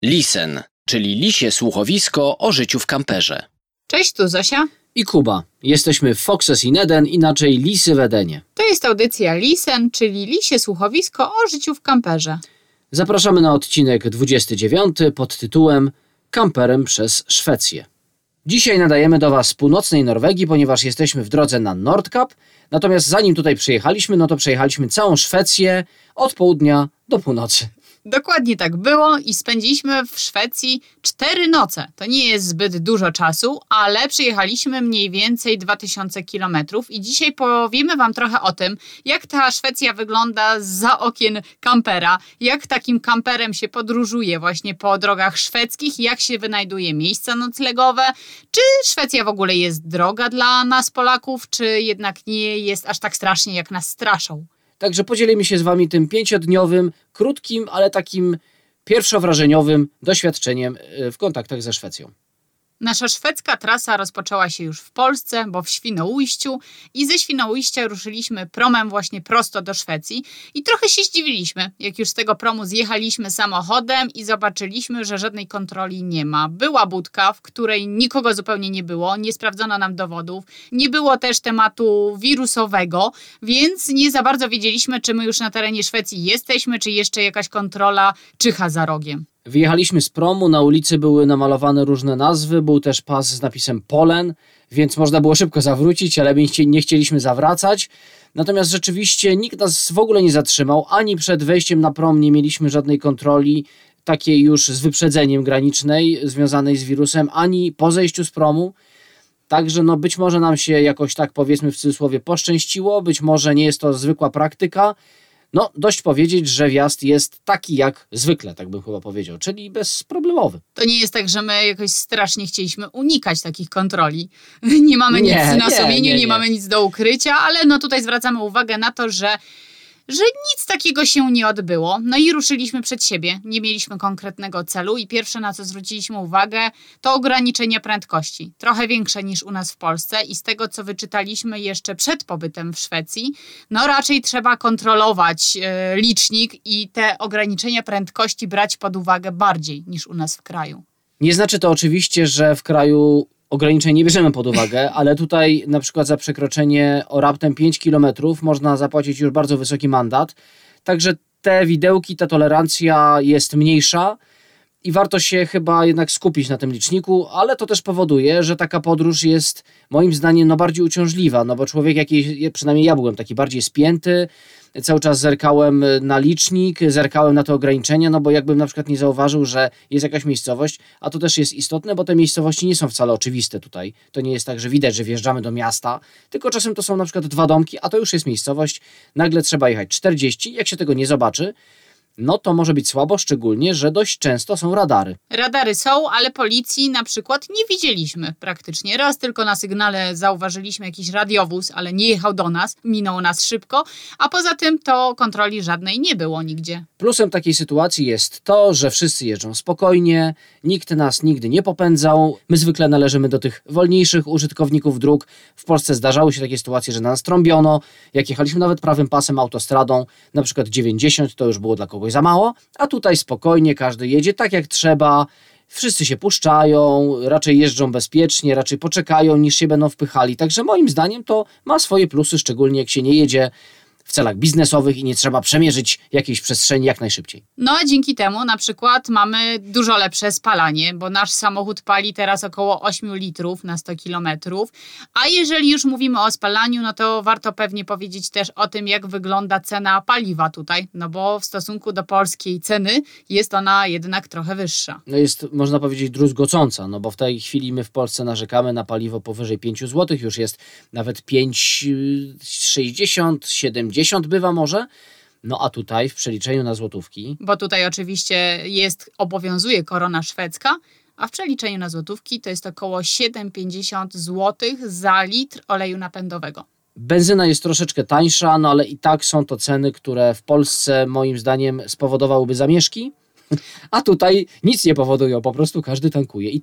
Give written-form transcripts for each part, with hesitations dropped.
Lisen, czyli lisie słuchowisko o życiu w kamperze. Cześć, tu Zosia. I Kuba. Jesteśmy w Foxes in Eden, inaczej Lisy w Edenie. To jest audycja Lisen, czyli lisie słuchowisko o życiu w kamperze. Zapraszamy na odcinek 29 pod tytułem Kamperem przez Szwecję. Dzisiaj nadajemy do Was z północnej Norwegii, ponieważ jesteśmy w drodze na Nordkap. Natomiast zanim tutaj przyjechaliśmy, to przejechaliśmy całą Szwecję od południa do północy. Dokładnie tak było i spędziliśmy w Szwecji 4 noce. To nie jest zbyt dużo czasu, ale przyjechaliśmy mniej więcej 2000 kilometrów i dzisiaj powiemy Wam trochę o tym, jak ta Szwecja wygląda zza okien kampera, jak takim kamperem się podróżuje właśnie po drogach szwedzkich, jak się wynajduje miejsca noclegowe, czy Szwecja w ogóle jest droga dla nas Polaków, czy jednak nie jest aż tak strasznie, jak nas straszą. Także podzielimy się z Wami tym 5-dniowym, krótkim, ale takim pierwszowrażeniowym doświadczeniem w kontaktach ze Szwecją. Nasza szwedzka trasa rozpoczęła się już w Polsce, bo w Świnoujściu i ze Świnoujścia ruszyliśmy promem właśnie prosto do Szwecji i trochę się zdziwiliśmy, jak już z tego promu zjechaliśmy samochodem i zobaczyliśmy, że żadnej kontroli nie ma. Była budka, w której nikogo zupełnie nie było, nie sprawdzono nam dowodów, nie było też tematu wirusowego, więc nie za bardzo wiedzieliśmy, czy my już na terenie Szwecji jesteśmy, czy jeszcze jakaś kontrola czyha za rogiem. Wyjechaliśmy z promu, na ulicy były namalowane różne nazwy, był też pas z napisem Polen, więc można było szybko zawrócić, ale my nie chcieliśmy zawracać. Natomiast rzeczywiście nikt nas w ogóle nie zatrzymał, ani przed wejściem na prom nie mieliśmy żadnej kontroli, takiej już z wyprzedzeniem granicznej związanej z wirusem, ani po zejściu z promu. Także być może nam się jakoś tak, powiedzmy w cudzysłowie, poszczęściło, być może nie jest to zwykła praktyka. Dość powiedzieć, że wjazd jest taki jak zwykle, tak bym chyba powiedział, czyli bezproblemowy. To nie jest tak, że my jakoś strasznie chcieliśmy unikać takich kontroli. Nie mamy nic na sumieniu, nie mamy nic do ukrycia, ale tutaj zwracamy uwagę na to, że nic takiego się nie odbyło. I ruszyliśmy przed siebie. Nie mieliśmy konkretnego celu i pierwsze, na co zwróciliśmy uwagę, to ograniczenia prędkości. Trochę większe niż u nas w Polsce i z tego, co wyczytaliśmy jeszcze przed pobytem w Szwecji, raczej trzeba kontrolować licznik i te ograniczenia prędkości brać pod uwagę bardziej niż u nas w kraju. Nie znaczy to oczywiście, że w kraju ograniczeń nie bierzemy pod uwagę, ale tutaj na przykład za przekroczenie o raptem 5 km można zapłacić już bardzo wysoki mandat. Także te widełki, ta tolerancja jest mniejsza i warto się chyba jednak skupić na tym liczniku, ale to też powoduje, że taka podróż jest moim zdaniem bardziej uciążliwa, bo człowiek przynajmniej ja byłem taki bardziej spięty, cały czas zerkałem na licznik, zerkałem na te ograniczenia, bo jakbym na przykład nie zauważył, że jest jakaś miejscowość, a to też jest istotne, bo te miejscowości nie są wcale oczywiste tutaj. To nie jest tak, że widać, że wjeżdżamy do miasta, tylko czasem to są na przykład 2 domki, a to już jest miejscowość, nagle trzeba jechać 40, jak się tego nie zobaczy, to może być słabo, szczególnie, że dość często są radary. Radary są, ale policji na przykład nie widzieliśmy praktycznie. Raz tylko na sygnale zauważyliśmy jakiś radiowóz, ale nie jechał do nas, minął nas szybko, a poza tym to kontroli żadnej nie było nigdzie. Plusem takiej sytuacji jest to, że wszyscy jeżdżą spokojnie, nikt nas nigdy nie popędzał, my zwykle należymy do tych wolniejszych użytkowników dróg. W Polsce zdarzały się takie sytuacje, że na nas trąbiono, jak jechaliśmy nawet prawym pasem autostradą, na przykład 90 to już było dla kogoś za mało, a tutaj spokojnie każdy jedzie tak jak trzeba, wszyscy się puszczają, raczej jeżdżą bezpiecznie, raczej poczekają niż się będą wpychali, także moim zdaniem to ma swoje plusy, szczególnie jak się nie jedzie w celach biznesowych i nie trzeba przemierzyć jakiejś przestrzeni jak najszybciej. A dzięki temu na przykład mamy dużo lepsze spalanie, bo nasz samochód pali teraz około 8 litrów na 100 kilometrów, a jeżeli już mówimy o spalaniu, to warto pewnie powiedzieć też o tym, jak wygląda cena paliwa tutaj, bo w stosunku do polskiej ceny jest ona jednak trochę wyższa. Jest, można powiedzieć, druzgocąca, bo w tej chwili my w Polsce narzekamy na paliwo powyżej 5 zł, już jest nawet 5,60, 70 bywa może, a tutaj w przeliczeniu na złotówki. Bo tutaj oczywiście obowiązuje korona szwedzka, a w przeliczeniu na złotówki to jest około 7,50 zł za litr oleju napędowego. Benzyna jest troszeczkę tańsza, ale i tak są to ceny, które w Polsce moim zdaniem spowodowałyby zamieszki. A tutaj nic nie powodują, po prostu każdy tankuje i tyle.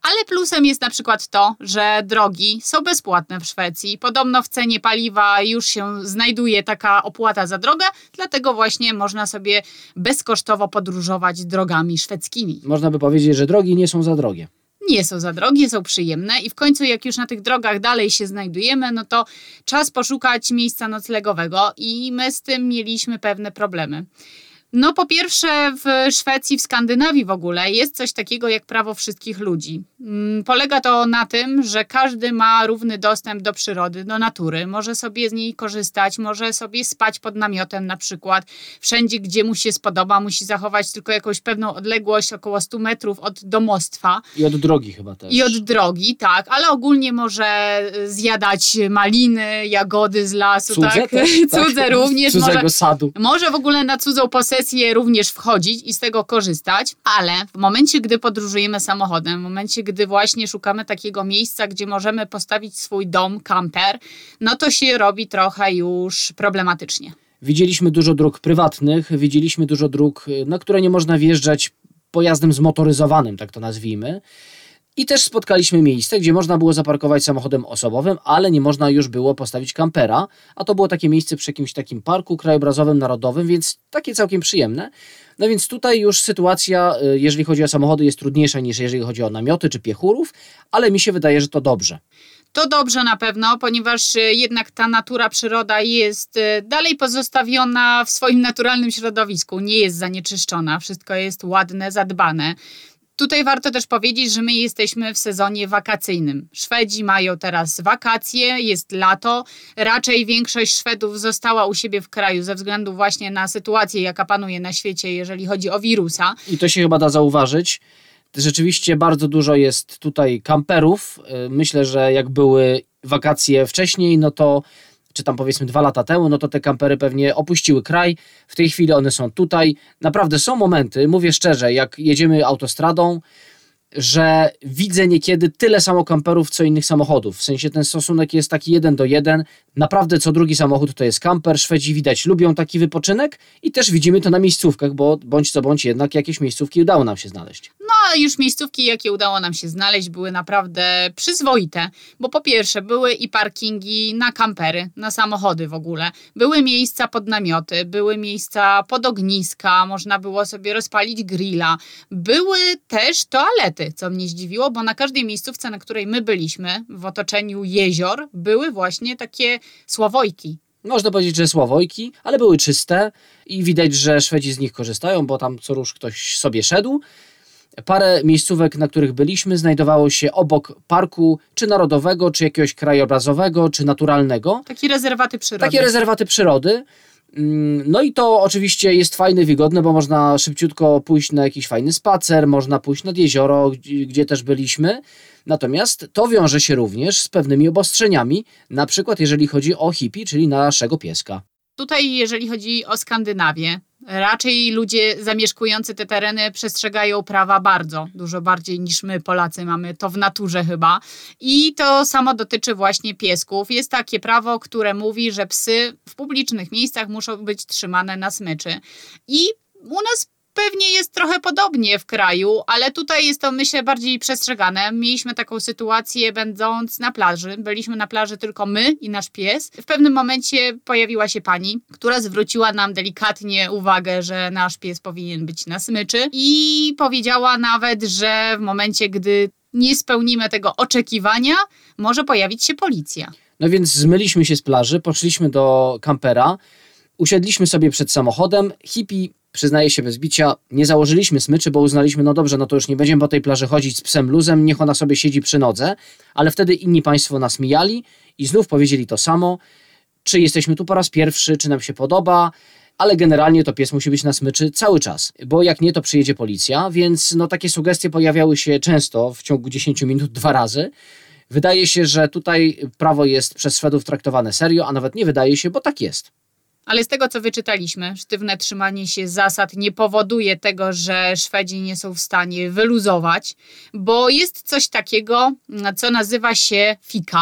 Ale plusem jest na przykład to, że drogi są bezpłatne w Szwecji. Podobno w cenie paliwa już się znajduje taka opłata za drogę, dlatego właśnie można sobie bezkosztowo podróżować drogami szwedzkimi. Można by powiedzieć, że drogi nie są za drogie. Nie są za drogie, są przyjemne i w końcu jak już na tych drogach dalej się znajdujemy, no to czas poszukać miejsca noclegowego i my z tym mieliśmy pewne problemy. No po pierwsze w Szwecji, w Skandynawii w ogóle jest coś takiego jak prawo wszystkich ludzi. Polega to na tym, że każdy ma równy dostęp do przyrody, do natury. Może sobie z niej korzystać, może sobie spać pod namiotem na przykład. Wszędzie, gdzie mu się spodoba, musi zachować tylko jakąś pewną odległość, około 100 metrów od domostwa. I od drogi chyba też. I od drogi, tak, ale ogólnie może zjadać maliny, jagody z lasu. Cudze tak? też, tak? Cudze również. Cudzego sadu. Może w ogóle na cudzą posesję również wchodzić i z tego korzystać, ale w momencie, gdy podróżujemy samochodem, w momencie, gdy właśnie szukamy takiego miejsca, gdzie możemy postawić swój dom, kamper, no to się robi trochę już problematycznie. Widzieliśmy dużo dróg prywatnych, widzieliśmy dużo dróg, na które nie można wjeżdżać pojazdem zmotoryzowanym, tak to nazwijmy. I też spotkaliśmy miejsce, gdzie można było zaparkować samochodem osobowym, ale nie można już było postawić kampera, a to było takie miejsce przy jakimś takim parku krajobrazowym, narodowym, więc takie całkiem przyjemne. No więc tutaj już sytuacja, jeżeli chodzi o samochody, jest trudniejsza niż jeżeli chodzi o namioty czy piechurów, ale mi się wydaje, że to dobrze. To dobrze na pewno, ponieważ jednak ta natura, przyroda jest dalej pozostawiona w swoim naturalnym środowisku, nie jest zanieczyszczona, wszystko jest ładne, zadbane. Tutaj warto też powiedzieć, że my jesteśmy w sezonie wakacyjnym. Szwedzi mają teraz wakacje, jest lato. Raczej większość Szwedów została u siebie w kraju ze względu właśnie na sytuację, jaka panuje na świecie, jeżeli chodzi o wirusa. I to się chyba da zauważyć. Rzeczywiście bardzo dużo jest tutaj kamperów. Myślę, że jak były wakacje wcześniej, no to czy tam powiedzmy 2 lata temu, no to te kampery pewnie opuściły kraj. W tej chwili one są tutaj. Naprawdę są momenty, mówię szczerze, jak jedziemy autostradą, że widzę niekiedy tyle samo kamperów, co innych samochodów. W sensie ten stosunek jest taki 1:1. Naprawdę co drugi samochód to jest kamper. Szwedzi widać lubią taki wypoczynek i też widzimy to na miejscówkach, bo bądź co bądź jednak jakieś miejscówki udało nam się znaleźć. No już miejscówki, jakie udało nam się znaleźć, były naprawdę przyzwoite, bo po pierwsze były i parkingi na kampery, na samochody w ogóle. Były miejsca pod namioty, były miejsca pod ogniska, można było sobie rozpalić grilla. Były też toalety, co mnie zdziwiło, bo na każdej miejscówce, na której my byliśmy, w otoczeniu jezior, były właśnie takie słowojki. Można powiedzieć, że słowojki, ale były czyste i widać, że Szwedzi z nich korzystają, bo tam co rusz ktoś sobie szedł. Parę miejscówek, na których byliśmy, znajdowało się obok parku, czy narodowego, czy jakiegoś krajobrazowego, czy naturalnego. Takie rezerwaty przyrody. Takie rezerwaty przyrody. No i to oczywiście jest fajne, wygodne, bo można szybciutko pójść na jakiś fajny spacer, można pójść nad jezioro, gdzie też byliśmy. Natomiast to wiąże się również z pewnymi obostrzeniami, na przykład jeżeli chodzi o hippie, czyli naszego pieska. Tutaj, jeżeli chodzi o Skandynawię, raczej ludzie zamieszkujący te tereny przestrzegają prawa bardzo, dużo bardziej niż my Polacy mamy to w naturze chyba. I to samo dotyczy właśnie piesków. Jest takie prawo, które mówi, że psy w publicznych miejscach muszą być trzymane na smyczy. I u nas pewnie jest trochę podobnie w kraju, ale tutaj jest to, myślę, bardziej przestrzegane. Mieliśmy taką sytuację będąc na plaży. Byliśmy na plaży tylko my i nasz pies. W pewnym momencie pojawiła się pani, która zwróciła nam delikatnie uwagę, że nasz pies powinien być na smyczy i powiedziała nawet, że w momencie, gdy nie spełnimy tego oczekiwania, może pojawić się policja. No więc zmyliśmy się z plaży, poszliśmy do kampera, usiedliśmy sobie przed samochodem, hippie, przyznaję się bez bicia, nie założyliśmy smyczy, bo uznaliśmy, no dobrze, no to już nie będziemy po tej plaży chodzić z psem luzem, niech ona sobie siedzi przy nodze, ale wtedy inni państwo nas mijali i znów powiedzieli to samo, czy jesteśmy tu po raz pierwszy, czy nam się podoba, ale generalnie to pies musi być na smyczy cały czas, bo jak nie, to przyjedzie policja, więc no takie sugestie pojawiały się często, w ciągu 10 minut 2 razy. Wydaje się, że tutaj prawo jest przez Szwedów traktowane serio, a nawet nie wydaje się, bo tak jest. Ale z tego, co wyczytaliśmy, sztywne trzymanie się zasad nie powoduje tego, że Szwedzi nie są w stanie wyluzować, bo jest coś takiego, co nazywa się fika.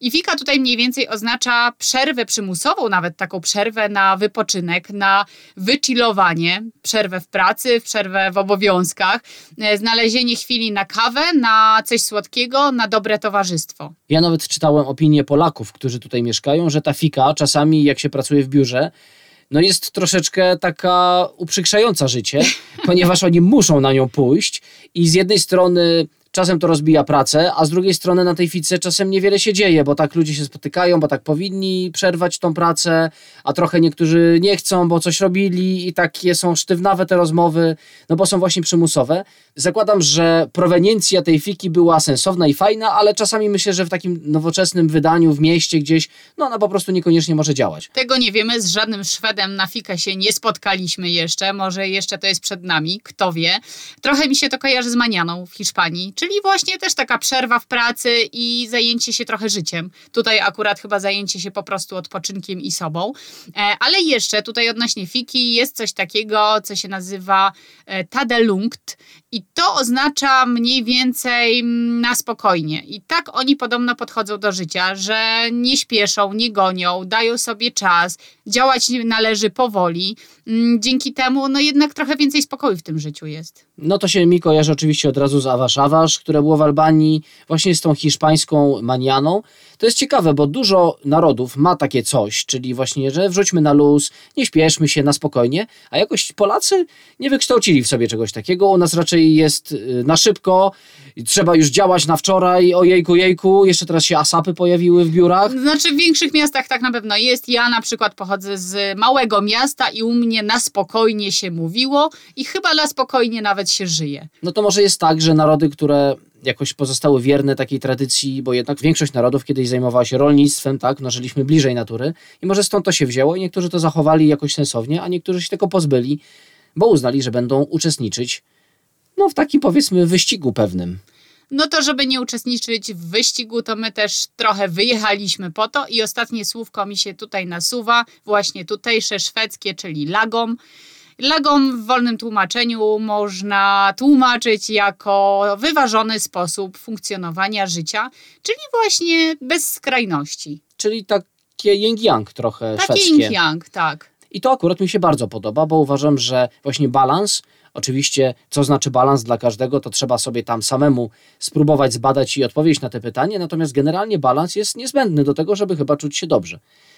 I fika tutaj mniej więcej oznacza przerwę przymusową, nawet taką przerwę na wypoczynek, na wychillowanie, przerwę w pracy, przerwę w obowiązkach, znalezienie chwili na kawę, na coś słodkiego, na dobre towarzystwo. Ja nawet czytałem opinię Polaków, którzy tutaj mieszkają, że ta fika czasami jak się pracuje w biurze, no jest troszeczkę taka uprzykrzająca życie, ponieważ oni muszą na nią pójść i z jednej strony czasem to rozbija pracę, a z drugiej strony na tej fice czasem niewiele się dzieje, bo tak ludzie się spotykają, bo tak powinni przerwać tą pracę, a trochę niektórzy nie chcą, bo coś robili i takie są sztywnawe te rozmowy, no bo są właśnie przymusowe. Zakładam, że proweniencja tej fiki była sensowna i fajna, ale czasami myślę, że w takim nowoczesnym wydaniu w mieście gdzieś, no ona po prostu niekoniecznie może działać. Tego nie wiemy, z żadnym Szwedem na fikę się nie spotkaliśmy jeszcze, może jeszcze to jest przed nami, kto wie. Trochę mi się to kojarzy z manianą w Hiszpanii, czyli właśnie też taka przerwa w pracy i zajęcie się trochę życiem. Tutaj akurat chyba zajęcie się po prostu odpoczynkiem i sobą. Ale jeszcze tutaj odnośnie fiki jest coś takiego, co się nazywa tadelungt i to oznacza mniej więcej na spokojnie. I tak oni podobno podchodzą do życia, że nie śpieszą, nie gonią, dają sobie czas, działać należy powoli. Dzięki temu no jednak trochę więcej spokoju w tym życiu jest. No to się mi kojarzy oczywiście od razu z Awasz, które było w Albanii, właśnie z tą hiszpańską manianą. To jest ciekawe, bo dużo narodów ma takie coś, czyli właśnie, że wrzućmy na luz, nie śpieszmy się, na spokojnie, a jakoś Polacy nie wykształcili w sobie czegoś takiego. U nas raczej jest na szybko, trzeba już działać na wczoraj, jejku, jeszcze teraz się ASAPy pojawiły w biurach. Znaczy w większych miastach tak na pewno jest. Ja na przykład pochodzę z małego miasta i u mnie na spokojnie się mówiło i chyba na spokojnie nawet się żyje. No to może jest tak, że narody, które jakoś pozostały wierne takiej tradycji, bo jednak większość narodów kiedyś zajmowała się rolnictwem, tak, no żyliśmy bliżej natury i może stąd to się wzięło i niektórzy to zachowali jakoś sensownie, a niektórzy się tego pozbyli, bo uznali, że będą uczestniczyć no w takim powiedzmy wyścigu pewnym. No to żeby nie uczestniczyć w wyścigu, to my też trochę wyjechaliśmy po to i ostatnie słówko mi się tutaj nasuwa, właśnie tutejsze szwedzkie, czyli lagom. Lagom w wolnym tłumaczeniu można tłumaczyć jako wyważony sposób funkcjonowania życia, czyli właśnie bez skrajności. Czyli takie yin-yang trochę takie szwedzkie. Takie yin-yang, tak. I to akurat mi się bardzo podoba, bo uważam, że właśnie balans, oczywiście co znaczy balans dla każdego, to trzeba sobie tam samemu spróbować zbadać i odpowiedzieć na te pytanie, natomiast generalnie balans jest niezbędny do tego, żeby chyba czuć się dobrze.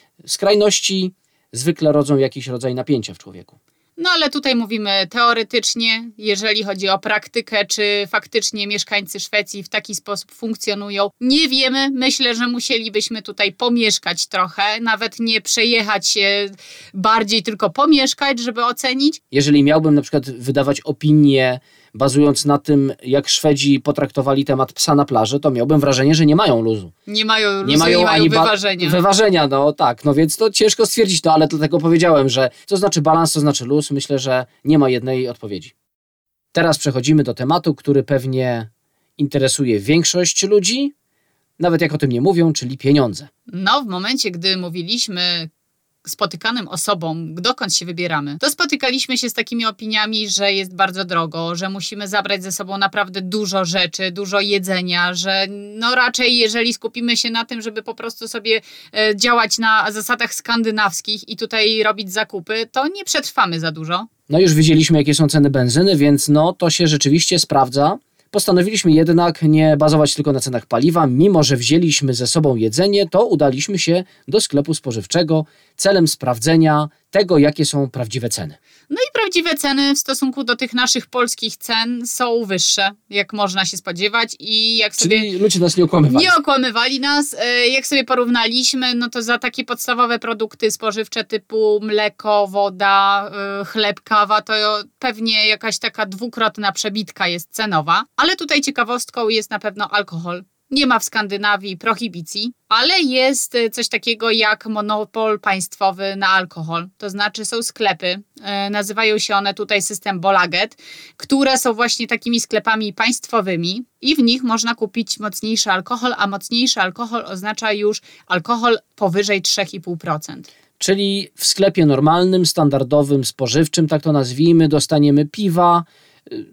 Skrajności zwykle rodzą jakiś rodzaj napięcia w człowieku. No ale tutaj mówimy teoretycznie, jeżeli chodzi o praktykę, czy faktycznie mieszkańcy Szwecji w taki sposób funkcjonują. Nie wiemy, myślę, że musielibyśmy tutaj pomieszkać trochę, nawet nie przejechać się bardziej, tylko pomieszkać, żeby ocenić. Jeżeli miałbym na przykład wydawać opinię bazując na tym, jak Szwedzi potraktowali temat psa na plaży, to miałbym wrażenie, że nie mają luzu. Nie mają luzu, nie mają wyważenia. Wyważenia, no tak, no więc to ciężko stwierdzić, no ale dlatego powiedziałem, że co znaczy balans, co znaczy luz, myślę, że nie ma jednej odpowiedzi. Teraz przechodzimy do tematu, który pewnie interesuje większość ludzi, nawet jak o tym nie mówią, czyli pieniądze. No, w momencie, gdy mówiliśmy spotykanym osobom, dokąd się wybieramy, to spotykaliśmy się z takimi opiniami, że jest bardzo drogo, że musimy zabrać ze sobą naprawdę dużo rzeczy, dużo jedzenia, że no raczej jeżeli skupimy się na tym, żeby po prostu sobie działać na zasadach skandynawskich i tutaj robić zakupy, to nie przetrwamy za dużo. No już widzieliśmy, jakie są ceny benzyny, więc no to się rzeczywiście sprawdza. Postanowiliśmy jednak nie bazować tylko na cenach paliwa. Mimo że wzięliśmy ze sobą jedzenie, to udaliśmy się do sklepu spożywczego celem sprawdzenia tego, jakie są prawdziwe ceny. No i prawdziwe ceny w stosunku do tych naszych polskich cen są wyższe, jak można się spodziewać. I jak sobie czyli ludzie nas nie okłamywali. Nie okłamywali nas. Jak sobie porównaliśmy, no to za takie podstawowe produkty spożywcze typu mleko, woda, chleb, kawa, to pewnie jakaś taka dwukrotna przebitka jest cenowa. Ale tutaj ciekawostką jest na pewno alkohol. Nie ma w Skandynawii prohibicji, ale jest coś takiego jak monopol państwowy na alkohol. To znaczy są sklepy, nazywają się one tutaj Systembolaget, które są właśnie takimi sklepami państwowymi i w nich można kupić mocniejszy alkohol, a mocniejszy alkohol oznacza już alkohol powyżej 3,5%. Czyli w sklepie normalnym, standardowym, spożywczym, tak to nazwijmy, dostaniemy piwa,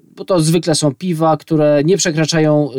bo to zwykle są piwa, które nie przekraczają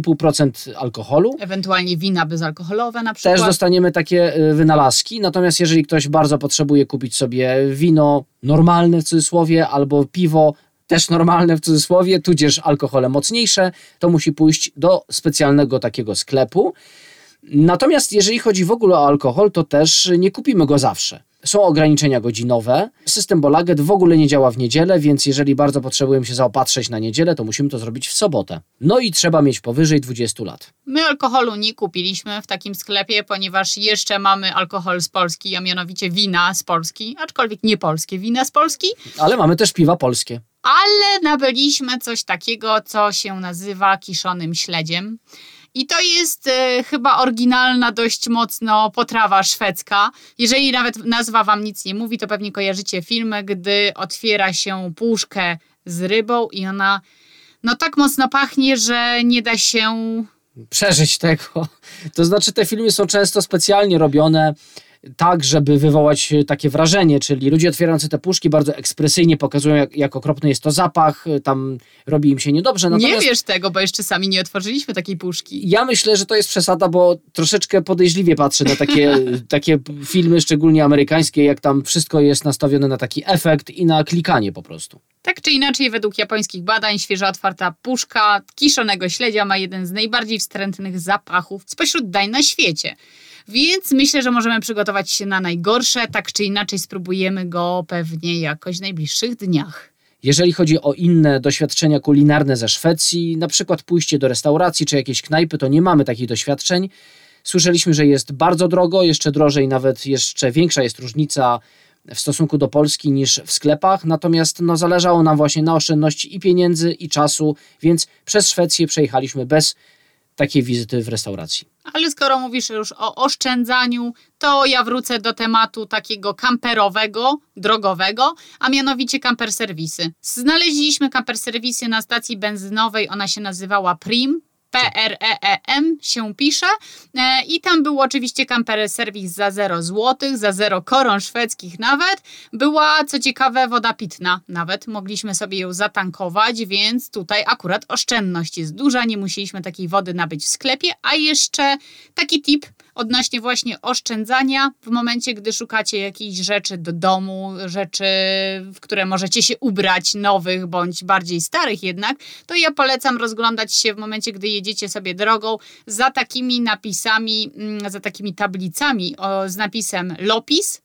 3,5% alkoholu. Ewentualnie wina bezalkoholowe na przykład. Też dostaniemy takie wynalazki, natomiast jeżeli ktoś bardzo potrzebuje kupić sobie wino normalne w cudzysłowie albo piwo też normalne w cudzysłowie, tudzież alkohole mocniejsze, to musi pójść do specjalnego takiego sklepu. Natomiast jeżeli chodzi w ogóle o alkohol, to też nie kupimy go zawsze. Są ograniczenia godzinowe. System Bolaget w ogóle nie działa w niedzielę, więc jeżeli bardzo potrzebujemy się zaopatrzyć na niedzielę, to musimy to zrobić w sobotę. No i trzeba mieć powyżej 20 lat. My alkoholu nie kupiliśmy w takim sklepie, ponieważ jeszcze mamy alkohol z Polski, a mianowicie wina z Polski, aczkolwiek nie polskie wina z Polski. Ale mamy też piwa polskie. Ale nabyliśmy coś takiego, co się nazywa kiszonym śledziem. I to jest chyba oryginalna dość mocno potrawa szwedzka. Jeżeli nawet nazwa wam nic nie mówi, to pewnie kojarzycie filmy, gdy otwiera się puszkę z rybą i ona tak mocno pachnie, że nie da się przeżyć tego. To znaczy te filmy są często specjalnie robione tak, żeby wywołać takie wrażenie, czyli ludzie otwierający te puszki bardzo ekspresyjnie pokazują, jak okropny jest to zapach, tam robi im się niedobrze. Natomiast nie wiesz tego, bo jeszcze sami nie otworzyliśmy takiej puszki. Ja myślę, że to jest przesada, bo troszeczkę podejrzliwie patrzę na takie filmy, szczególnie amerykańskie, jak tam wszystko jest nastawione na taki efekt i na klikanie po prostu. Tak czy inaczej, według japońskich badań, świeżo otwarta puszka kiszonego śledzia ma jeden z najbardziej wstrętnych zapachów spośród dań na świecie. Więc myślę, że możemy przygotować się na najgorsze, tak czy inaczej spróbujemy go pewnie jakoś w najbliższych dniach. Jeżeli chodzi o inne doświadczenia kulinarne ze Szwecji, na przykład pójście do restauracji czy jakiejś knajpy, to nie mamy takich doświadczeń. Słyszeliśmy, że jest bardzo drogo, jeszcze drożej, nawet jeszcze większa jest różnica w stosunku do Polski niż w sklepach, natomiast zależało nam właśnie na oszczędności i pieniędzy, i czasu, więc przez Szwecję przejechaliśmy bez takiej wizyty w restauracji. Ale skoro mówisz już o oszczędzaniu, to ja wrócę do tematu takiego kamperowego, drogowego, a mianowicie kamperserwisy. Znaleźliśmy kamperserwisy na stacji benzynowej, ona się nazywała Preem, P-R-E-E-M się pisze i tam był oczywiście kamperserwis za 0 zł, za 0 koron szwedzkich nawet. Była, co ciekawe, woda pitna nawet, mogliśmy sobie ją zatankować, więc tutaj akurat oszczędność jest duża, nie musieliśmy takiej wody nabyć w sklepie, a jeszcze taki tip odnośnie właśnie oszczędzania w momencie, gdy szukacie jakichś rzeczy do domu, rzeczy, w które możecie się ubrać, nowych bądź bardziej starych jednak, to ja polecam rozglądać się w momencie, gdy jedziecie sobie drogą za takimi napisami, za takimi tablicami z napisem Lopis,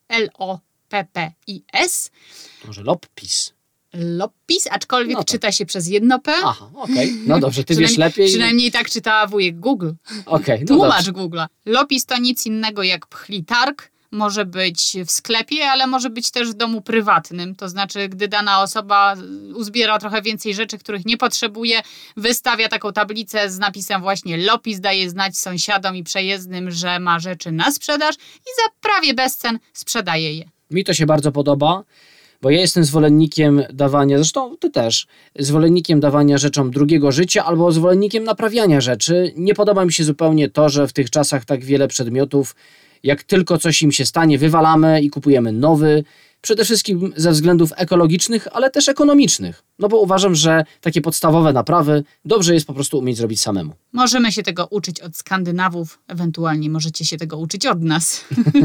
L-O-P-P-I-S. Może Loppis. Loppis, aczkolwiek czyta się przez jedno P. Aha, okej. No dobrze, ty wiesz lepiej. Przynajmniej tak czyta wujek Google. Tłumacz Google'a. Lopis to nic innego jak pchlitarg. Może być w sklepie, ale może być też w domu prywatnym. To znaczy, gdy dana osoba uzbiera trochę więcej rzeczy, których nie potrzebuje, wystawia taką tablicę z napisem właśnie Lopis, daje znać sąsiadom i przejezdnym, że ma rzeczy na sprzedaż i za prawie bez cen sprzedaje je. Mi to się bardzo podoba, bo ja jestem zwolennikiem dawania, zresztą ty też, zwolennikiem dawania rzeczom drugiego życia albo zwolennikiem naprawiania rzeczy. Nie podoba mi się zupełnie to, że w tych czasach tak wiele przedmiotów, jak tylko coś im się stanie, wywalamy i kupujemy nowy. Przede wszystkim ze względów ekologicznych, ale też ekonomicznych. No bo uważam, że takie podstawowe naprawy dobrze jest po prostu umieć zrobić samemu. Możemy się tego uczyć od Skandynawów, ewentualnie możecie się tego uczyć od nas.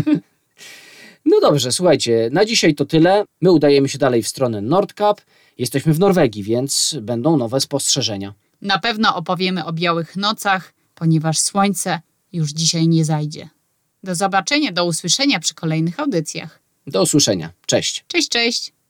No dobrze, słuchajcie, na dzisiaj to tyle. My udajemy się dalej w stronę Nordkapp. Jesteśmy w Norwegii, więc będą nowe spostrzeżenia. Na pewno opowiemy o białych nocach, ponieważ słońce już dzisiaj nie zajdzie. Do zobaczenia, do usłyszenia przy kolejnych audycjach. Do usłyszenia. Cześć. Cześć, cześć.